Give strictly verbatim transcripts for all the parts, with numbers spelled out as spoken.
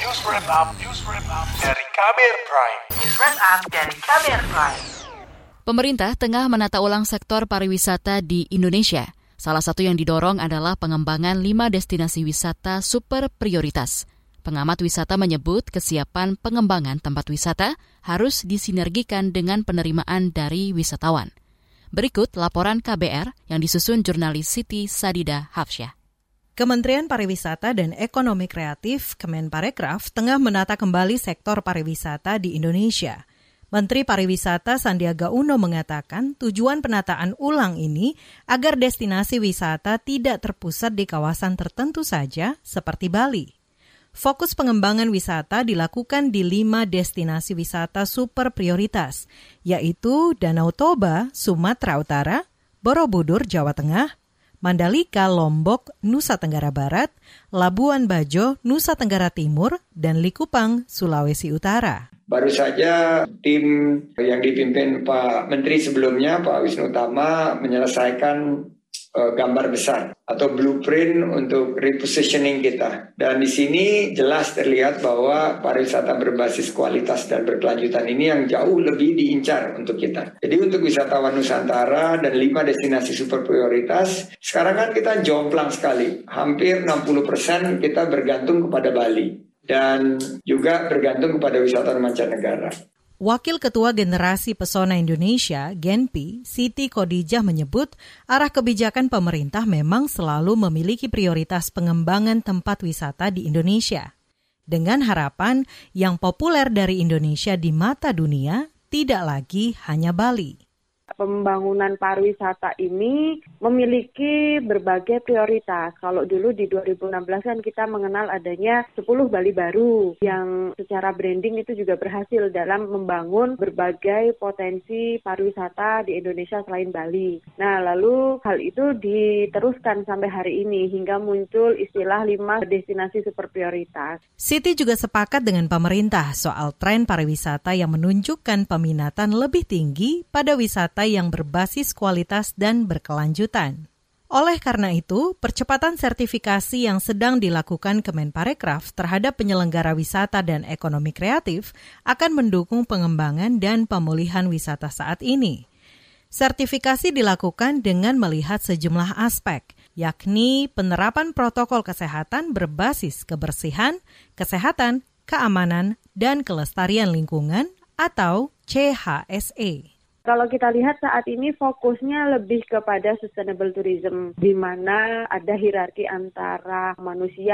News Wrap Up, News Wrap Up dari Kamer Prime. News Wrap Up dari Kamer Prime. Pemerintah tengah menata ulang sektor pariwisata di Indonesia. Salah satu yang didorong adalah pengembangan lima destinasi wisata super prioritas. Pengamat wisata menyebut kesiapan pengembangan tempat wisata harus disinergikan dengan penerimaan dari wisatawan. Berikut laporan K B R yang disusun jurnalis Siti Sadida Hafsyah. Kementerian Pariwisata dan Ekonomi Kreatif Kemenparekraf tengah menata kembali sektor pariwisata di Indonesia. Menteri Pariwisata Sandiaga Uno mengatakan tujuan penataan ulang ini agar destinasi wisata tidak terpusat di kawasan tertentu saja seperti Bali. Fokus pengembangan wisata dilakukan di lima destinasi wisata super prioritas, yaitu Danau Toba, Sumatera Utara, Borobudur, Jawa Tengah, Mandalika, Lombok, Nusa Tenggara Barat, Labuan Bajo, Nusa Tenggara Timur, dan Likupang, Sulawesi Utara. Baru saja tim yang dipimpin Pak Menteri sebelumnya, Pak Wisnu Tama, menyelesaikan uh, gambar besar atau blueprint untuk repositioning kita. Dan di sini jelas terlihat bahwa pariwisata berbasis kualitas dan berkelanjutan ini yang jauh lebih diincar untuk kita. Jadi untuk wisatawan Nusantara dan lima destinasi super prioritas, sekarang kan kita jomplang sekali. Hampir enam puluh persen kita bergantung kepada Bali. Dan juga bergantung kepada wisatawan mancanegara. Wakil Ketua Generasi Pesona Indonesia, Genpi, Siti Khadijah menyebut arah kebijakan pemerintah memang selalu memiliki prioritas pengembangan tempat wisata di Indonesia. Dengan harapan yang populer dari Indonesia di mata dunia tidak lagi hanya Bali. Pembangunan pariwisata ini memiliki berbagai prioritas. Kalau dulu di dua ribu enam belas kan kita mengenal adanya sepuluh Bali baru yang secara branding itu juga berhasil dalam membangun berbagai potensi pariwisata di Indonesia selain Bali. Nah, lalu hal itu diteruskan sampai hari ini hingga muncul istilah lima destinasi super prioritas. Siti juga sepakat dengan pemerintah soal tren pariwisata yang menunjukkan peminatan lebih tinggi pada wisata yang berbasis kualitas dan berkelanjutan. Oleh karena itu, percepatan sertifikasi yang sedang dilakukan Kemenparekraf terhadap penyelenggara wisata dan ekonomi kreatif akan mendukung pengembangan dan pemulihan wisata saat ini. Sertifikasi dilakukan dengan melihat sejumlah aspek, yakni penerapan protokol kesehatan berbasis kebersihan, kesehatan, keamanan, dan kelestarian lingkungan atau C H S E. Kalau kita lihat saat ini fokusnya lebih kepada sustainable tourism, di mana ada hierarki antara manusia,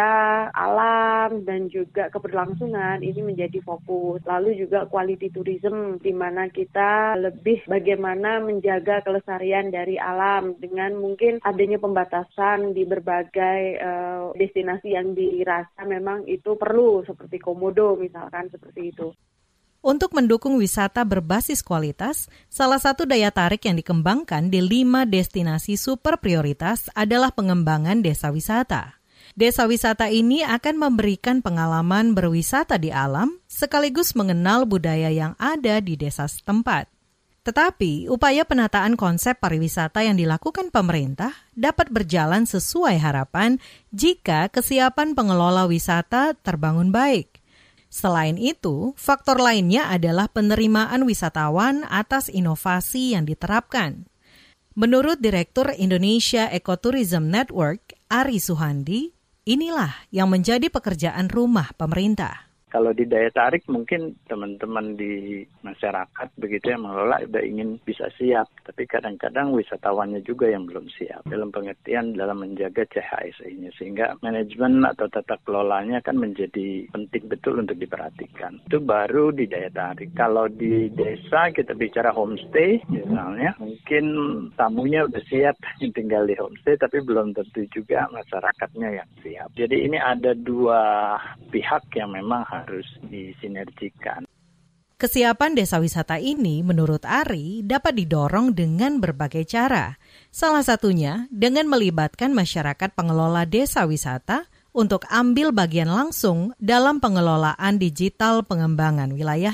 alam, dan juga keberlangsungan ini menjadi fokus. Lalu juga quality tourism, di mana kita lebih bagaimana menjaga kelestarian dari alam dengan mungkin adanya pembatasan di berbagai uh, destinasi yang dirasa memang itu perlu, seperti Komodo misalkan, seperti itu. Untuk mendukung wisata berbasis kualitas, salah satu daya tarik yang dikembangkan di lima destinasi super prioritas adalah pengembangan desa wisata. Desa wisata ini akan memberikan pengalaman berwisata di alam, sekaligus mengenal budaya yang ada di desa setempat. Tetapi, upaya penataan konsep pariwisata yang dilakukan pemerintah dapat berjalan sesuai harapan jika kesiapan pengelola wisata terbangun baik. Selain itu, faktor lainnya adalah penerimaan wisatawan atas inovasi yang diterapkan. Menurut Direktur Indonesia Ecotourism Network, Ari Suhandi, inilah yang menjadi pekerjaan rumah pemerintah. Kalau di daya tarik mungkin teman-teman di masyarakat begitu yang mengelola sudah ingin bisa siap. Tapi kadang-kadang wisatawannya juga yang belum siap. Dalam pengertian dalam menjaga C H S E-nya. Sehingga manajemen atau tata kelolanya kan menjadi penting betul untuk diperhatikan. Itu baru di daya tarik. Kalau di desa kita bicara homestay misalnya. Mungkin tamunya sudah siap yang tinggal di homestay. Tapi belum tentu juga masyarakatnya yang siap. Jadi ini ada dua pihak yang memang harus harus disinergikan. Kesiapan desa wisata ini, menurut Ari, dapat didorong dengan berbagai cara. Salah satunya dengan melibatkan masyarakat pengelola desa wisata untuk ambil bagian langsung dalam pengelolaan digital pengembangan wilayahnya.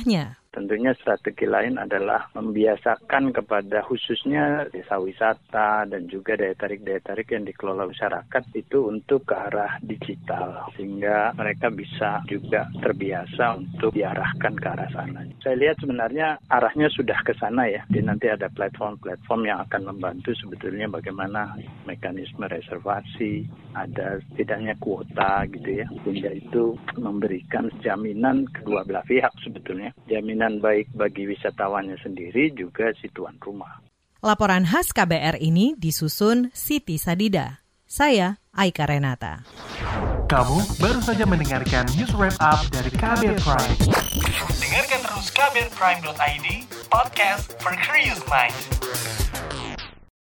Tentunya strategi lain adalah membiasakan kepada khususnya desa wisata dan juga daya tarik-daya tarik yang dikelola masyarakat itu untuk ke arah digital. Sehingga mereka bisa juga terbiasa untuk diarahkan ke arah sana. Saya lihat sebenarnya arahnya sudah ke sana ya. Jadi nanti ada platform-platform yang akan membantu sebetulnya bagaimana mekanisme reservasi, ada setidaknya kuota gitu ya. Sehingga itu memberikan jaminan kedua belah pihak sebetulnya. Jaminan baik bagi wisatawannya sendiri juga si tuan rumah. Laporan khas K B R ini disusun Siti Sadida. Saya Aika Renata. Kamu baru saja mendengarkan news wrap up dari K B R Prime. Dengarkan terus k b r prime dot i d, podcast for curious minds.